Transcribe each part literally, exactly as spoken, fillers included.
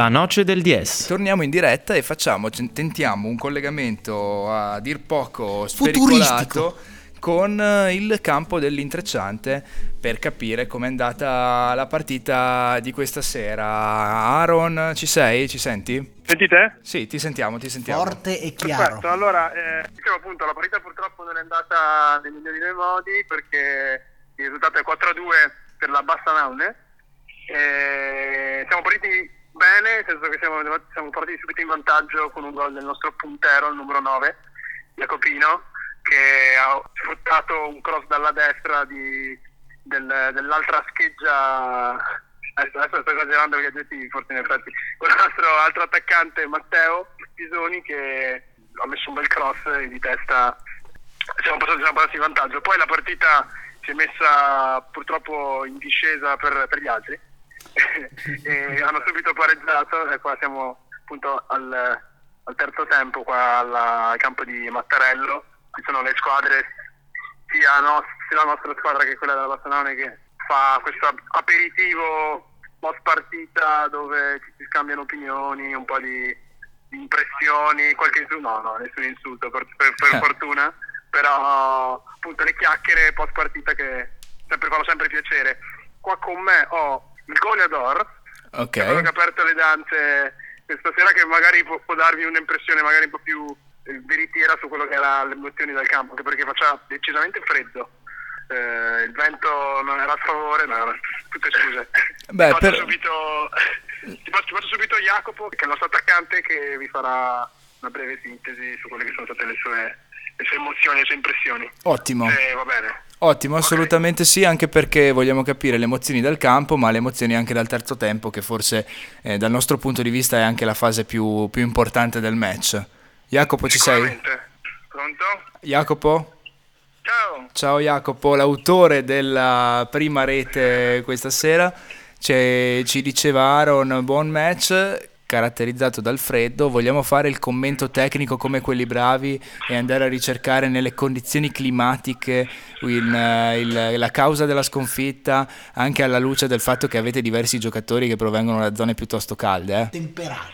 La noce del diez. Torniamo in diretta e facciamo, tentiamo un collegamento a dir poco spericolato con il campo dell'Intrecciante per capire com'è andata la partita di questa sera. Aaron, ci sei? Ci senti? Senti te? Sì, ti sentiamo, ti sentiamo. Forte e chiaro. Perfetto, allora, eh, dicevo appunto, la partita purtroppo non è andata nei migliori dei modi perché il risultato è quattro a due per la Bassanaune. Eh, siamo partiti bene, nel senso che siamo, siamo partiti subito in vantaggio con un gol del nostro puntero, il numero nove, Jacopino, che ha sfruttato un cross dalla destra di, del, dell'altra scheggia. Adesso sto esagerando gli aggettivi, forse in effetti, con il nostro altro attaccante Matteo Pisoni, che ha messo un bel cross e di testa siamo passati, siamo passati in vantaggio. Poi la partita si è messa purtroppo in discesa per, per gli altri e hanno subito pareggiato e qua siamo appunto al, al terzo tempo qua alla, al campo di Mattarello. Qui sono le squadre, sia, no, sia la nostra squadra che quella della Bassanaune, che fa questo aperitivo post partita dove ci si scambiano opinioni, un po' di, di impressioni, qualche insulto, no no nessun insulto per, per, per fortuna, però appunto le chiacchiere post partita che sempre fanno sempre piacere. Qua con me ho il goleador, ok, che ha aperto le danze questa sera, che magari può, può darvi un'impressione magari un po' più eh, veritiera su quello che era le emozioni del campo, anche perché faceva decisamente freddo. Eh, il vento non era a favore, no, tutte scuse. Beh, ti, faccio per... subito, ti, faccio, ti faccio subito Jacopo, che è il nostro attaccante, che vi farà una breve sintesi su quelle che sono state le sue, le sue emozioni, le sue impressioni. Ottimo. Eh, va bene. Ottimo, assolutamente okay. Sì, anche perché vogliamo capire le emozioni dal campo, ma le emozioni anche dal terzo tempo, che forse eh, dal nostro punto di vista è anche la fase più, più importante del match. Jacopo, ci sei? Pronto? Jacopo? Ciao. Ciao Jacopo, l'autore della prima rete questa sera. Ci, ci diceva Aaron, buon match, caratterizzato dal freddo. Vogliamo fare il commento tecnico come quelli bravi e andare a ricercare nelle condizioni climatiche il, il, la causa della sconfitta, anche alla luce del fatto che avete diversi giocatori che provengono da zone piuttosto calde, eh? Temperate.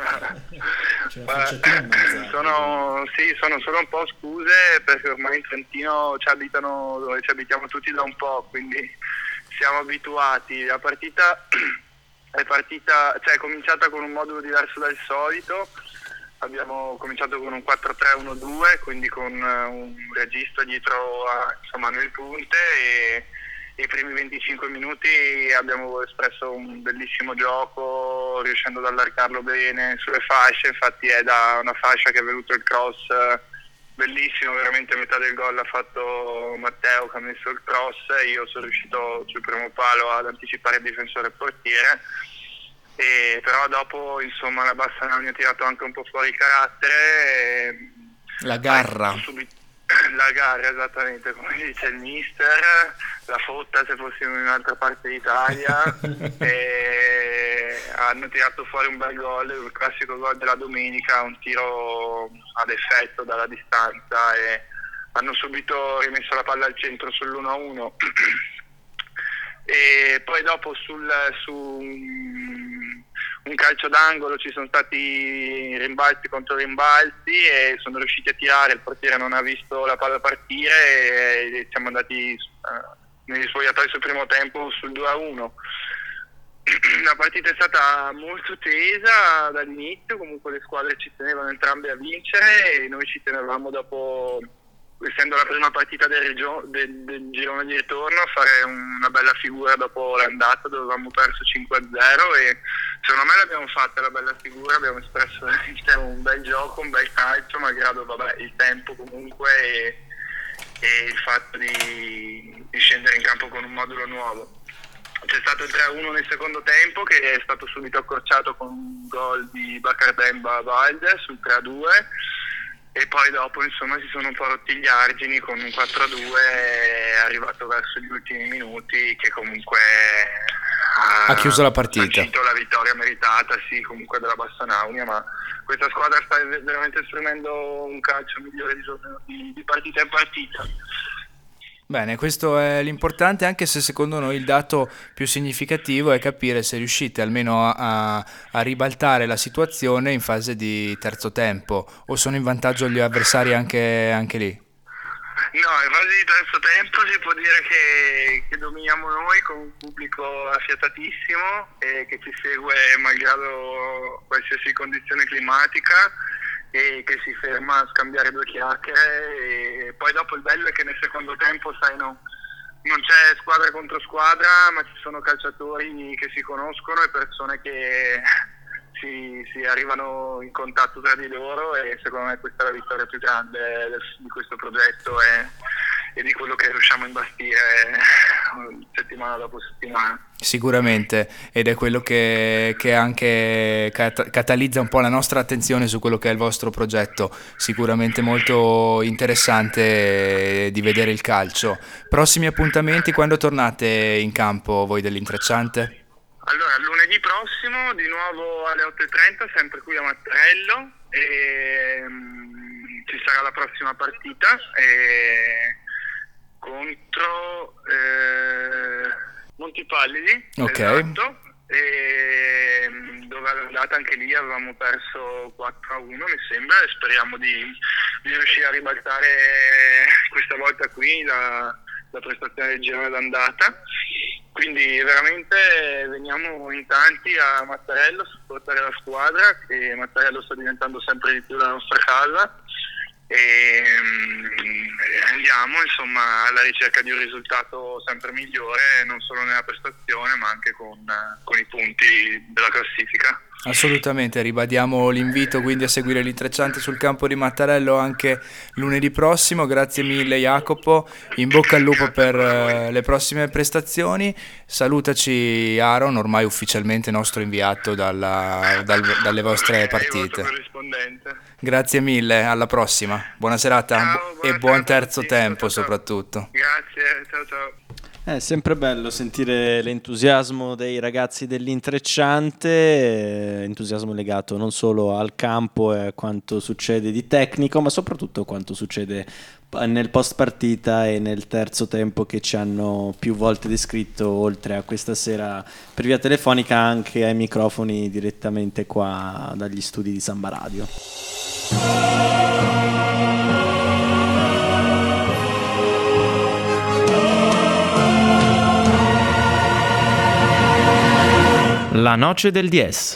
Beh, sono, sì, sono solo un po' scuse, perché ormai in Trentino ci abitano dove ci abitiamo tutti da un po', quindi siamo abituati. La partita è partita, cioè è cominciata con un modulo diverso dal solito. Abbiamo cominciato con un quattro tre uno due, quindi con un regista dietro a, insomma, nel punte, e i primi venticinque minuti abbiamo espresso un bellissimo gioco, riuscendo ad allargarlo bene sulle fasce. Infatti è da una fascia che è venuto il cross bellissimo, veramente a metà del gol ha fatto Matteo, che ha messo il cross, e io sono riuscito sul primo palo ad anticipare il difensore e il portiere. E però dopo, insomma, la Bassanaune ha tirato anche un po' fuori il carattere, la garra subito, la garra, esattamente come dice il mister, la fotta se fossimo in un'altra parte d'Italia. E hanno tirato fuori un bel gol, il classico gol della domenica, un tiro ad effetto dalla distanza, e hanno subito rimesso la palla al centro sull'uno a uno. E poi dopo sul, su un calcio d'angolo ci sono stati rimbalzi contro rimbalzi e sono riusciti a tirare, il portiere non ha visto la palla partire e siamo andati uh, negli spogliatoi sul primo tempo sul due a uno. La partita è stata molto tesa dall'inizio, comunque le squadre ci tenevano entrambe a vincere e noi ci tenevamo, dopo, essendo la prima partita del, regio, del, del girone di ritorno, a fare una bella figura dopo l'andata dove avevamo perso cinque a zero, e secondo me l'abbiamo fatta la bella figura, abbiamo espresso un bel gioco, un bel calcio, malgrado vabbè, il tempo comunque e, e il fatto di, di scendere in campo con un modulo nuovo. C'è stato il tre a uno nel secondo tempo, che è stato subito accorciato con un gol di Bacardemba Valde sul tre a due, e poi dopo insomma si sono un po' rotti gli argini con un quattro a due, è arrivato verso gli ultimi minuti, che comunque ha, ha chiuso la partita, ha vinto la vittoria meritata, sì, comunque della Bassanaune, ma questa squadra sta veramente esprimendo un calcio migliore di, di partita in partita. Bene, questo è l'importante, anche se secondo noi il dato più significativo è capire se riuscite almeno a, a ribaltare la situazione in fase di terzo tempo, o sono in vantaggio gli avversari anche, anche lì? No, in fase di terzo tempo si può dire che, che dominiamo noi con un pubblico affiatatissimo e che ci segue malgrado qualsiasi condizione climatica e che si ferma a scambiare due chiacchiere. E poi dopo il bello è che nel secondo tempo, sai, no, non c'è squadra contro squadra, ma ci sono calciatori che si conoscono e persone che si, si arrivano in contatto tra di loro, e secondo me questa è la vittoria più grande del, di questo progetto e, e di quello che riusciamo a imbastire settimana dopo settimana. Sicuramente, ed è quello che, che anche cat- catalizza un po' la nostra attenzione su quello che è il vostro progetto, sicuramente molto interessante di vedere il calcio. Prossimi appuntamenti, quando tornate in campo voi dell'Intrecciante? Allora, lunedì prossimo di nuovo alle otto e trenta, sempre qui a Mattarello, e, um, ci sarà la prossima partita e, contro eh, Montipallidi, Ok. esatto, e, dove all'andata anche lì avevamo perso quattro a uno mi sembra, e speriamo di, di riuscire a ribaltare questa volta qui la, la prestazione del girone d'andata. Quindi veramente veniamo in tanti a Mattarello a supportare la squadra, che Mattarello sta diventando sempre di più la nostra casa, e um, andiamo insomma alla ricerca di un risultato sempre migliore, non solo nella prestazione ma anche con, con i punti della classifica. Assolutamente, ribadiamo l'invito quindi a seguire l'Intrecciante sul campo di Mattarello anche lunedì prossimo. Grazie mille Jacopo, in bocca al lupo per uh, le prossime prestazioni. Salutaci Aaron, ormai ufficialmente nostro inviato dalla, dal, dalle vostre partite. Grazie mille, alla prossima, buona serata. Ciao, buona e buon terzo tutti, tempo ciao, ciao. Soprattutto. Grazie, ciao ciao. È sempre bello sentire l'entusiasmo dei ragazzi dell'Intrecciante, entusiasmo legato non solo al campo e a quanto succede di tecnico, ma soprattutto a quanto succede nel post partita e nel terzo tempo, che ci hanno più volte descritto, oltre a questa sera per via telefonica, anche ai microfoni direttamente qua dagli studi di Samba Radio. La noche del diez.